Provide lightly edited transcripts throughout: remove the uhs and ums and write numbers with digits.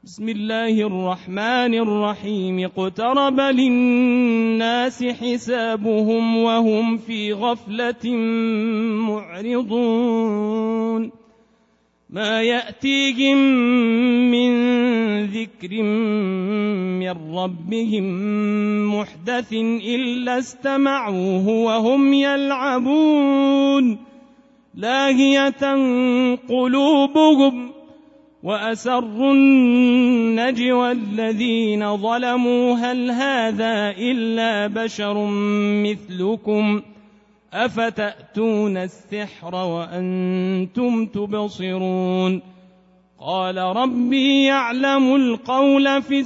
بسم الله الرحمن الرحيم. اقترب للناس حسابهم وهم في غفلة معرضون. ما يأتيهم من ذكر من ربهم محدث إلا استمعوه وهم يلعبون لاهية قلوبهم وأسروا النجوى الذين ظلموا هل هذا إلا بشر مثلكم أفتأتون السحر وأنتم تبصرون. قال ربي يعلم القول في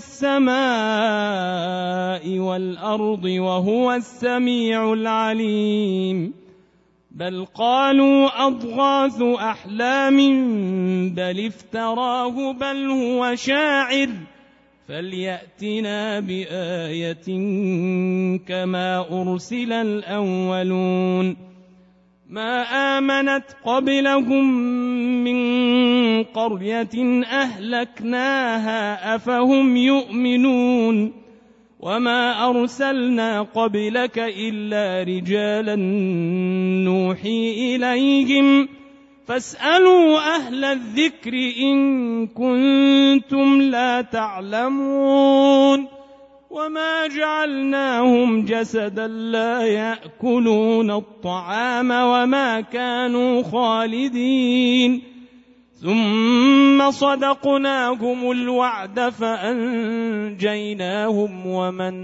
السماء والأرض وهو السميع العليم. بل قالوا أضغاث أحلام بل افتراه بل هو شاعر فليأتنا بآية كما أرسل الأولون. ما آمنت قبلهم من قرية أهلكناها أفهم يؤمنون. وما أرسلنا قبلك إلا رجالا نوحي إليهم فاسألوا أهل الذكر إن كنتم لا تعلمون. وما جعلناهم جسدا لا يأكلون الطعام وما كانوا خالدين ثم صدقناهم الوعد فأنجيناهم ومن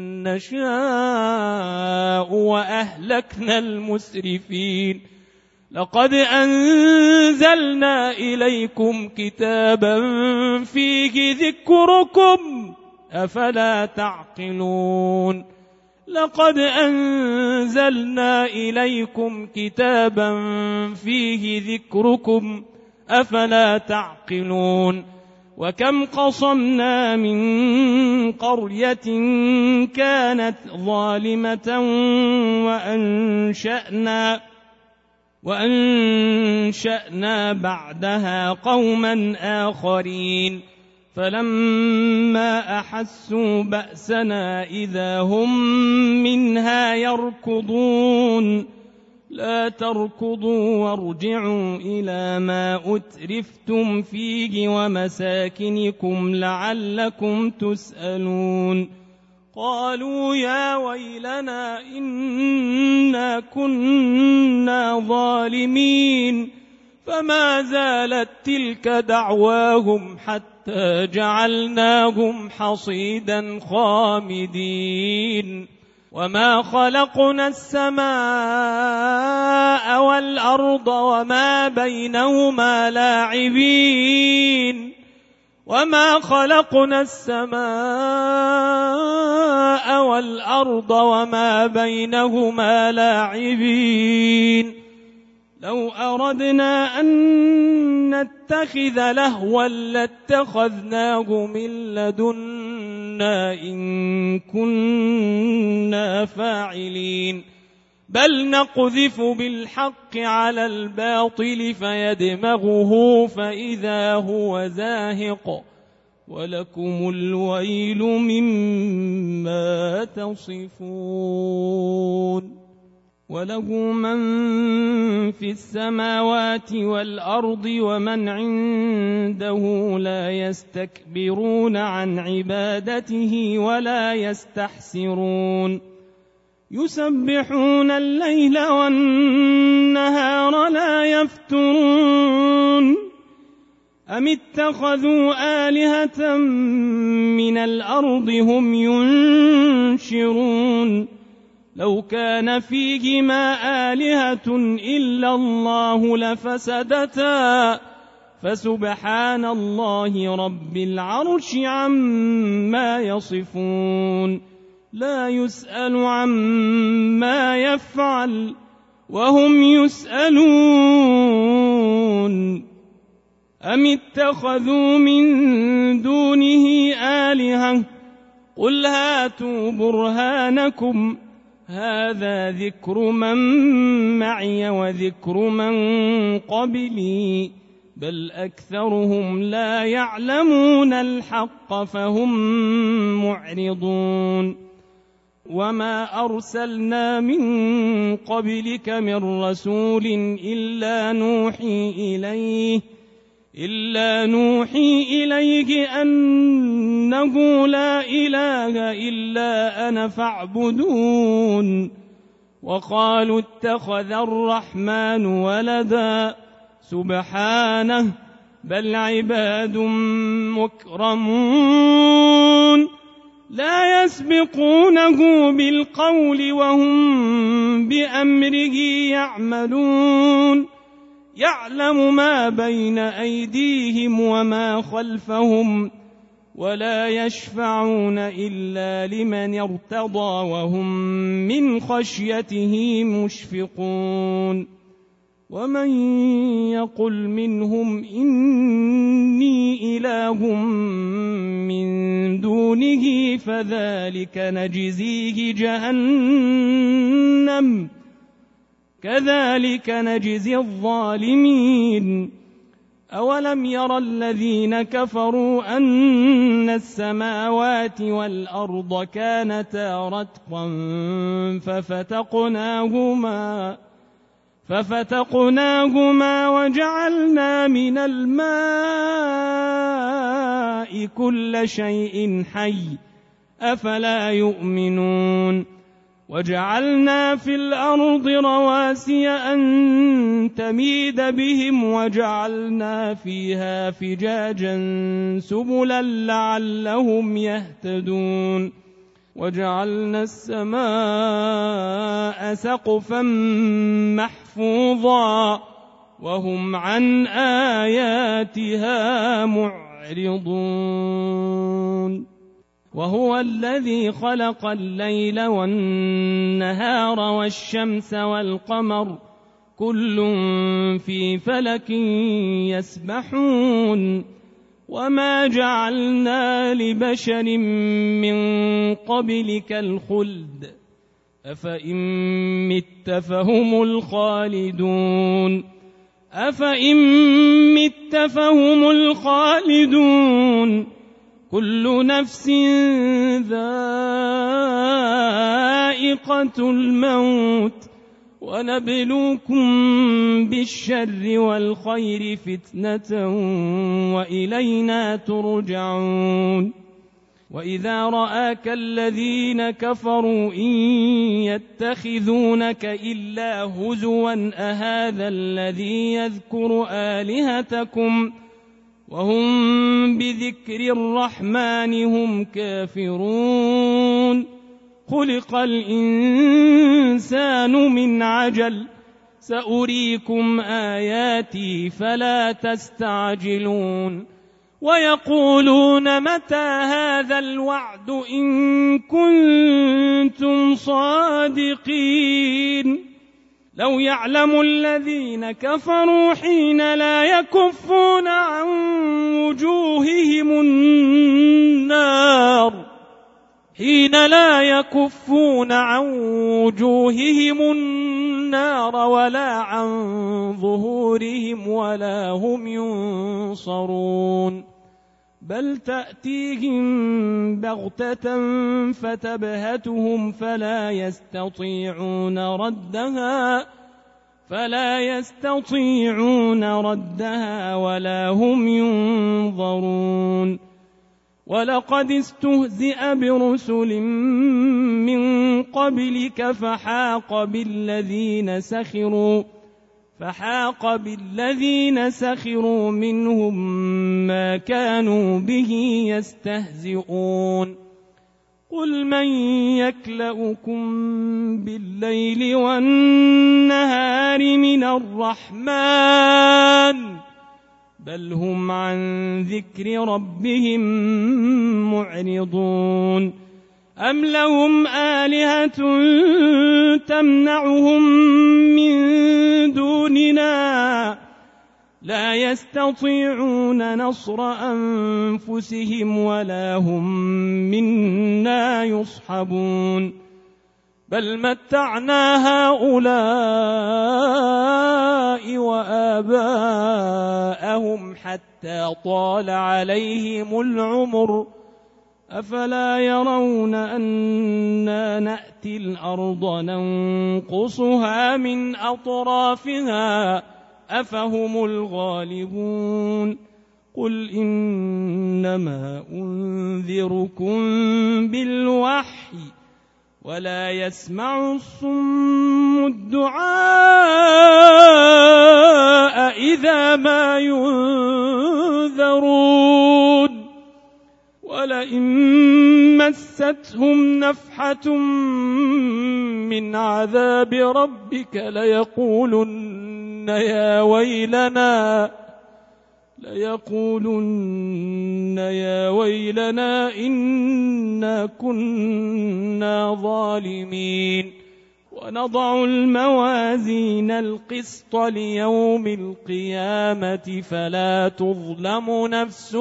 نشاء وأهلكنا المسرفين. لقد أنزلنا إليكم كتابا فيه ذكركم أفلا تعقلون. لقد أنزلنا إليكم كتابا فيه ذكركم أفلا تعقلون. وكم قصمنا من قرية كانت ظالمة وأنشأنا بعدها قوما آخرين فلما أحسوا بأسنا إذا هم منها يركضون. لا تركضوا وارجعوا إلى ما أترفتم فيه ومساكنكم لعلكم تسألون. قالوا يا ويلنا إنا كنا ظالمين فما زالت تلك دعواهم حتى جعلناهم حصيدا خامدين. وما خلقنا السماء والأرض وما بينهما لاعبين. وما خلقنا السماء والأرض وما بينهما لاعبين. لو أردنا أن نتخذ لهوا لاتخذناه من لدنا إن كنا فاعلين. بل نقذف بالحق على الباطل فيدمغه فإذا هو زاهق ولكم الويل مما تصفون. وله من في السماوات والأرض ومن عنده لا يستكبرون عن عبادته ولا يستحسرون. يسبحون الليل والنهار لا يفترون. أم اتخذوا آلهة من الأرض هم ينشرون. لو كان فيهما آلهة إلا الله لفسدتا فسبحان الله رب العرش عما يصفون. لا يسأل عما يفعل وهم يسألون. أم اتخذوا من دونه آلهة قل هاتوا برهانكم هذا ذكر من معي وذكر من قبلي بل أكثرهم لا يعلمون الحق فهم معرضون وما أرسلنا من قبلك من رسول إلا نوحي إليه أنه لا إله إلا أنا فاعبدون وقالوا اتخذ الرحمن ولدا سبحانه بل عباد مكرمون لا يسبقونه بالقول وهم بأمره يعملون يعلم ما بين أيديهم وما خلفهم ولا يشفعون إلا لمن ارتضى وهم من خشيته مشفقون ومن يقل منهم إني إله من دونه فذلك نجزيه جهنم كذلك نجزي الظالمين أولم ير الذين كفروا أن السماوات والأرض كانتا رتقا ففتقناهما وجعلنا من الماء كل شيء حي أفلا يؤمنون وجعلنا في الأرض رواسي أن تميد بهم وجعلنا فيها فجاجا سبلا لعلهم يهتدون وجعلنا السماء سقفا محفوظا وهم عن آياتها معرضون وهو الذي خلق الليل والنهار والشمس والقمر كل في فلك يسبحون وما جعلنا لبشر من قبلك الخلد أفإن مت فهم الخالدون كل نفس ذائقة الموت ونبلوكم بالشر والخير فتنة وإلينا ترجعون وإذا رآك الذين كفروا إن يتخذونك إلا هزوا أهذا الذي يذكر آلهتكم وهم بذكر الرحمن هم كافرون خلق الإنسان من عجل سأريكم آياتي فلا تستعجلون ويقولون متى هذا الوعد إن كنتم صادقين لو يعلم الذين كفروا حين لا يكفون عن وجوههم النار ولا عن ظهورهم ولا هم ينصرون بل تأتيهم بغتة فتبهتهم فلا يستطيعون ردها ولا هم ينظرون ولقد استهزئ برسل من قبلك فحاق بالذين سخروا منهم ما كانوا به يستهزئون قل من يكلؤكم بالليل والنهار من الرحمن بل هم عن ذكر ربهم معرضون أم لهم آلهة تمنعهم من دوننا لا يستطيعون نصر أنفسهم ولا هم منا يصحبون بل متعنا هؤلاء وآباءهم حتى طال عليهم العمر أفلا يرون أنا نأتي الأرض ننقصها من أطرافها أفهم الغالبون قل إنما أنذركم بالوحي ولا يسمع الصم الدعاء إذا ما ينذرون ولئن مستهم نفحة من عذاب ربك ليقولن يا ويلنا إنا كنا ظالمين ونضع الموازين القسط ليوم القيامة فلا تظلم نفس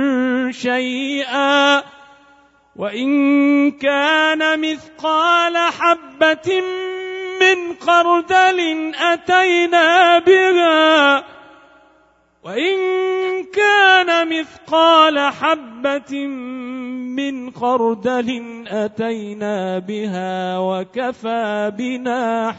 شيئا وإن كان مثقال حبة من خردل أتينا بها وإن كان مثقال حبة من خردل أتينا بها وكفى بنا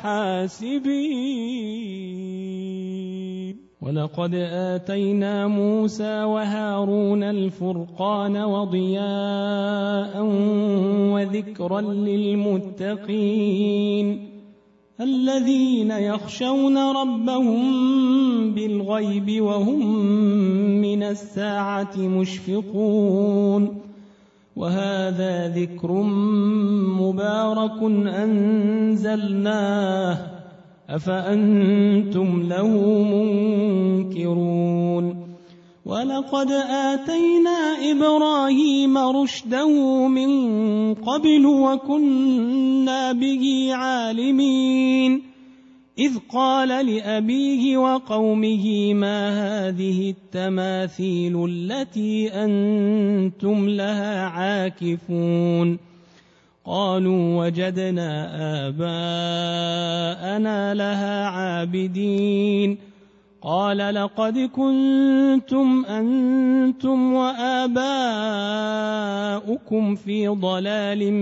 حاسبين ولقد آتينا موسى وهارون الفرقان وضياء وذكرا للمتقين الذين يخشون ربهم بالغيب وهم من الساعة مشفقون وهذا ذكر مبارك أنزلناه أفأنتم له منكرون ولقد آتينا إبراهيم رشده من قبل وكنا به عالمين إذ قال لأبيه وقومه ما هذه التماثيل التي أنتم لها عاكفون قالوا وجدنا آباءنا لها عابدين قال لقد كنتم أنتم وآباؤكم في ضلال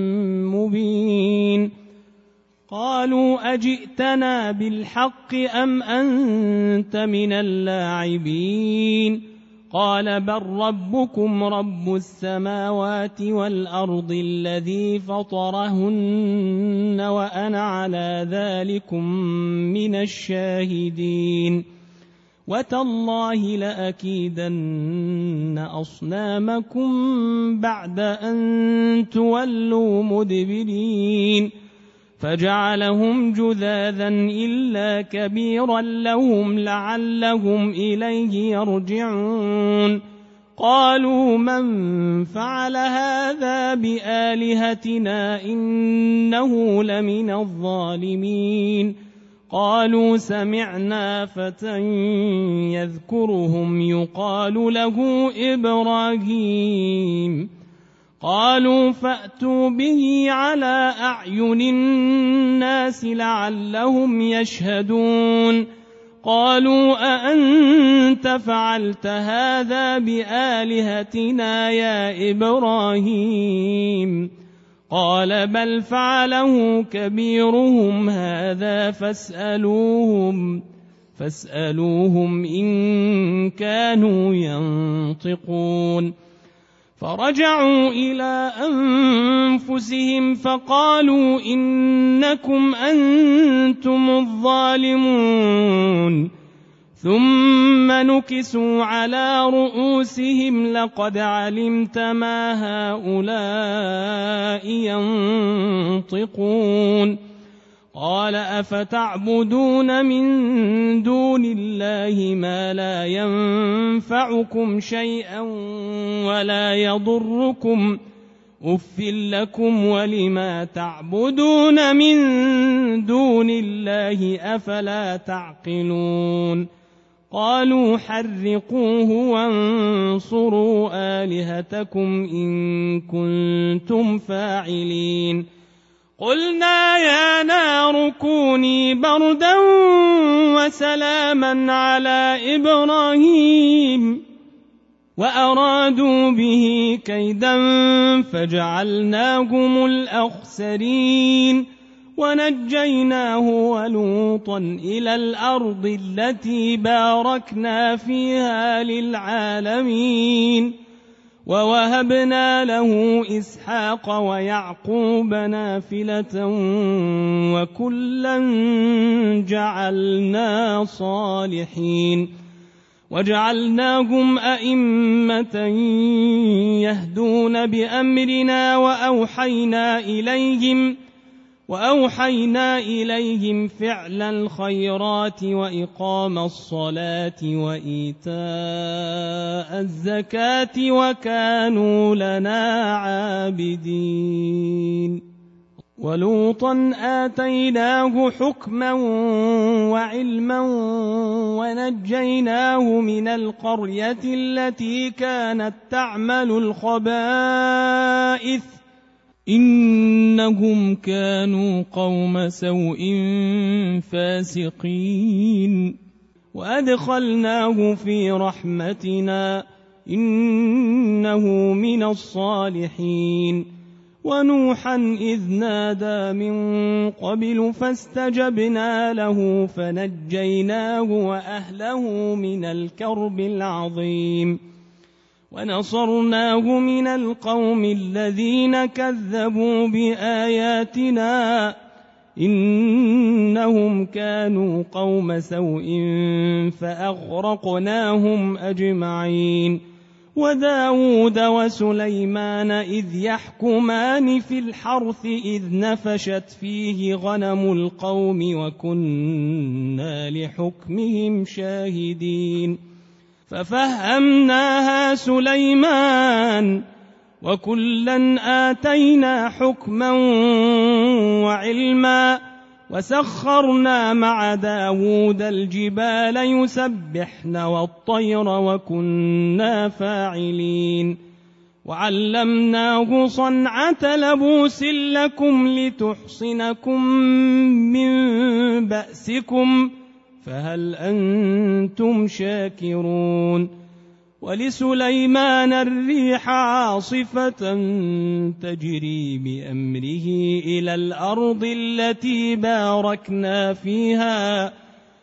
مبين قالوا أجئتنا بالحق أم أنت من اللاعبين قال بل ربكم رب السماوات والأرض الذي فطرهن وأنا على ذلكم من الشاهدين وتالله لأكيدن أصنامكم بعد أن تولوا مدبرين فجعلهم جذاذا إلا كبيرا لهم لعلهم إليه يرجعون قالوا من فعل هذا بآلهتنا إنه لمن الظالمين قالوا سمعنا فتى يذكرهم يقال له إبراهيم قالوا فأتوا به على أعين الناس لعلهم يشهدون قالوا أأنت فعلت هذا بآلهتنا يا إبراهيم قال بل فعله كبيرهم هذا فاسألوهم إن كانوا ينطقون فرجعوا إلى أنفسهم فقالوا إنكم أنتم الظالمون ثم نكسوا على رؤوسهم لقد علمت ما هؤلاء ينطقون قال أفتعبدون من دون الله ما لا ينفعكم شيئا ولا يضركم أف لكم ولما تعبدون من دون الله أفلا تعقلون قالوا حرقوه وانصروا آلهتكم إن كنتم فاعلين قلنا يا نار كوني بردا وسلاما على إبراهيم وأرادوا به كيدا فجعلناهم الأخسرين ونجيناه ولوطا إلى الأرض التي باركنا فيها للعالمين ووهبنا له إسحاق ويعقوب نافلة وكلا جعلنا صالحين وجعلناهم أئمة يهدون بأمرنا وأوحينا إليهم فعل الخيرات وإقام الصلاة وإيتاء الزكاة وكانوا لنا عابدين ولوطا آتيناه حكما وعلما ونجيناه من القرية التي كانت تعمل الخبائث إنهم كانوا قوم سوء فاسقين وأدخلناه في رحمتنا إنه من الصالحين ونوحا إذ نادى من قبل فاستجبنا له فنجيناه وأهله من الكرب العظيم ونصرناه من القوم الذين كذبوا بآياتنا إنهم كانوا قوم سوء فأغرقناهم أجمعين وداود وسليمان إذ يحكمان في الحرث إذ نفشت فيه غنم القوم وكنا لحكمهم شاهدين ففهمناها سليمان وكلا آتينا حكما وعلما وسخرنا مع داود الجبال يسبحن والطير وكنا فاعلين وعلمناه صنعة لبوس لكم لتحصنكم من بأسكم فهل أنتم شاكرون ولسليمان الريح عاصفة تجري بأمره إلى الأرض التي باركنا فيها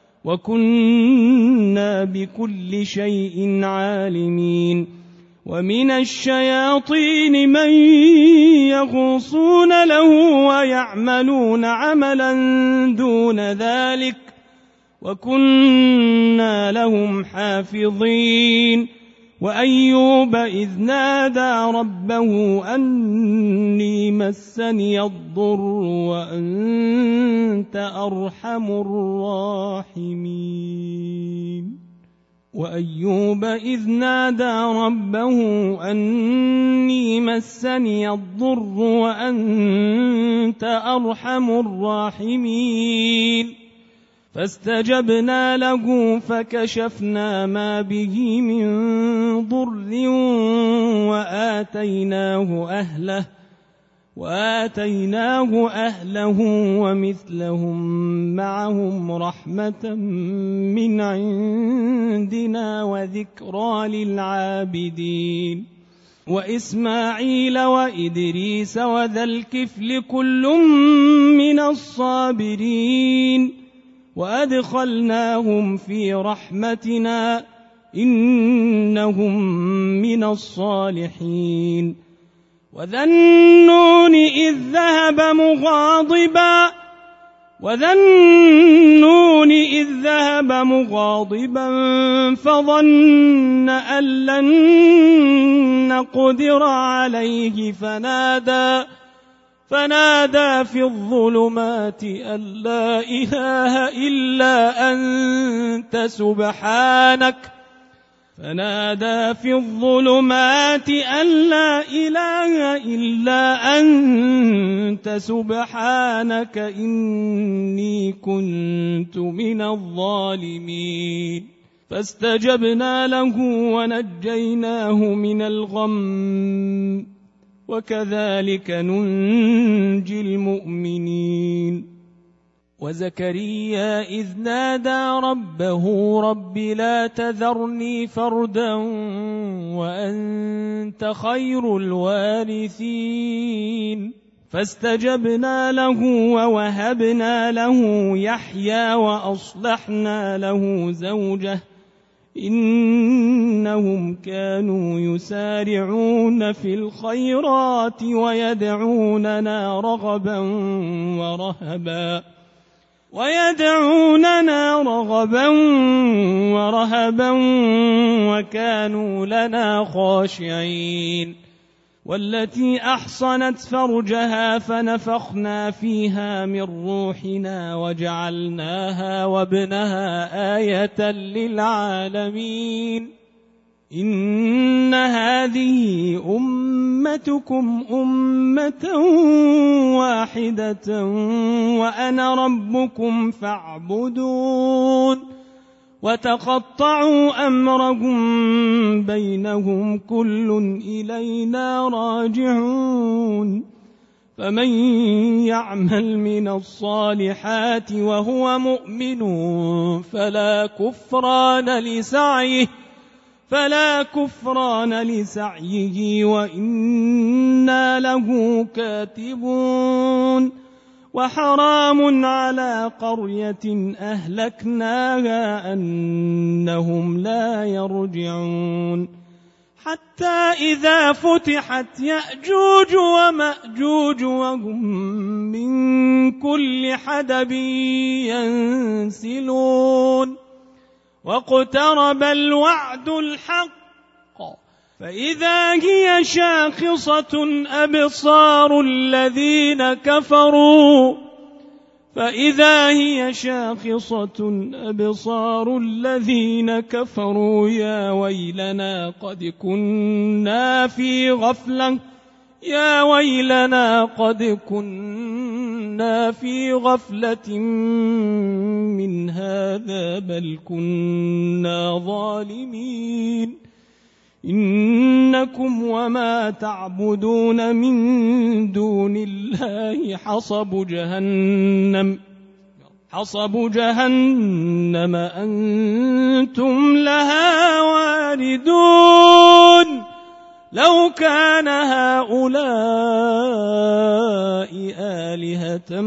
وكنا بكل شيء عالمين ومن الشياطين من يغوصون له ويعملون عملا دون ذلك وكنا لهم حافظين وأيوب إذ نادى ربه أني مسني الضر وأنت أرحم الراحمين وأيوب إذ نادى ربه أني مسني الضر وأنت أرحم الراحمين فاستجبنا له فكشفنا ما به من ضر وآتيناه أهله ومثلهم معهم رحمة من عندنا وذكرى للعابدين وإسماعيل وإدريس وذا الكفل كل من الصابرين وأدخلناهم في رحمتنا إنهم من الصالحين وذا النون إذ ذهب مغاضبا فظن أن لن نقدر عليه فنادى في الظلمات أن لا إله إلا أنت سبحانك إني كنت من الظالمين فاستجبنا له ونجيناه من الغم وكذلك ننجي المؤمنين. وزكريا إذ نادى ربه رب لا تذرني فردا وأنت خير الوارثين فاستجبنا له ووهبنا له يحيى وأصلحنا له زوجه إنهم كانوا يسارعون في الخيرات ويدعوننا رغبا ورهبا وكانوا لنا خاشعين. والتي أحصنت فرجها فنفخنا فيها من روحنا وجعلناها وابنها آية للعالمين. إن هذه أمتكم أمة واحدة وأنا ربكم فاعبدون. وتقطعوا أمرهم بينهم كل إلينا راجعون. فمن يعمل من الصالحات وهو مؤمن فلا كفران لسعيه وإنا له كاتبون. وحرام على قرية أهلكناها أنهم لا يرجعون. حتى إذا فتحت يأجوج ومأجوج وهم من كل حدب ينسلون. واقترب الوعد الحق فإذا هي شاخصة أبصار الذين كفروا يا ويلنا قد كنا في غفلة من هذا بل كنا ظالمين. إنكم وما تعبدون من دون الله حصب جهنم أنتم لها واردون. لو كان هؤلاء آلهة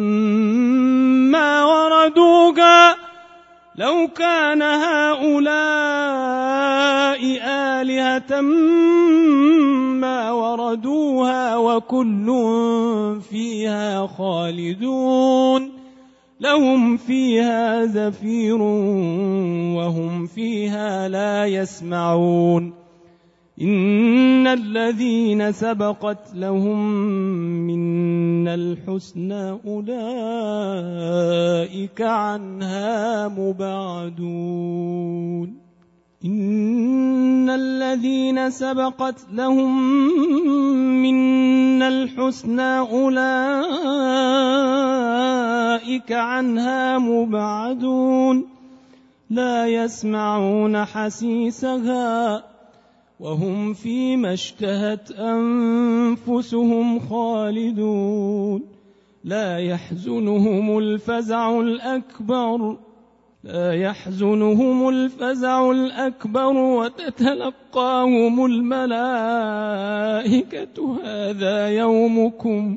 ما وردوها وكل فيها خالدون. لهم فيها زفير وهم فيها لا يسمعون. إن الذين سبقت لهم منا الحسنى أولئك عنها مبعدون. إن الذين سبقت لهم منا الحسنى أولئك عنها مبعدون. لا يسمعون حسيسها وهم فيما اشتهت أنفسهم خالدون. لا يحزنهم الفزع الأكبر وتتلقاهم الملائكة هذا يومكم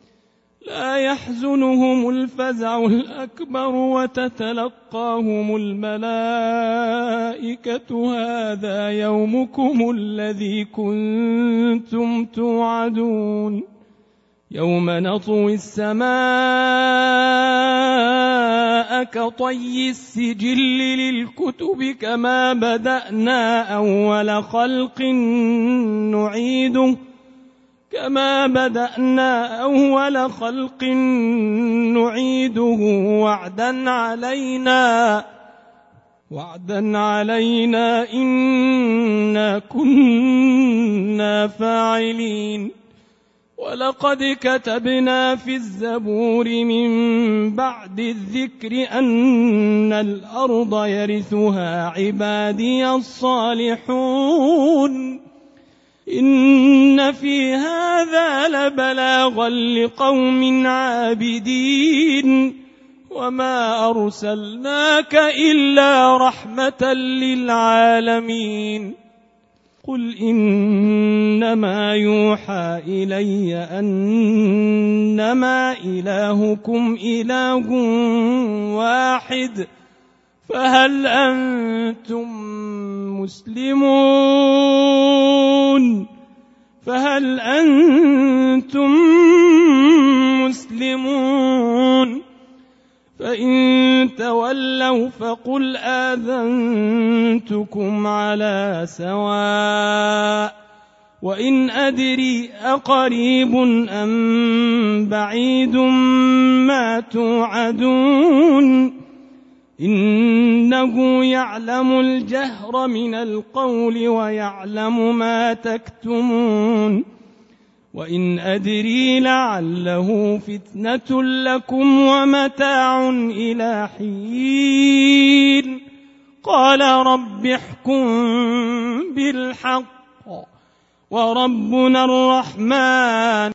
الذي كنتم توعدون. يوم نطوي السماء كطي السجل للكتب كما بدأنا أول خلق نعيده وعدا علينا إنا كنا فاعلين. ولقد كتبنا في الزبور من بعد الذكر أن الأرض يرثها عبادي الصالحون. إن في هذا إلا بلاغا لقوم عابدين وما أرسلناك إلا رحمة للعالمين قل إنما يوحى إلي أنما إلهكم إله واحد فهل أنتم مسلمون فإن تولوا فقل آذنتكم على سواء وإن أدري أقريب أم بعيد ما توعدون إنه يعلم الجهر من القول ويعلم ما تكتمون وإن أدري لعله فتنة لكم ومتاع إلى حين قال رب احكم بالحق وربنا الرحمن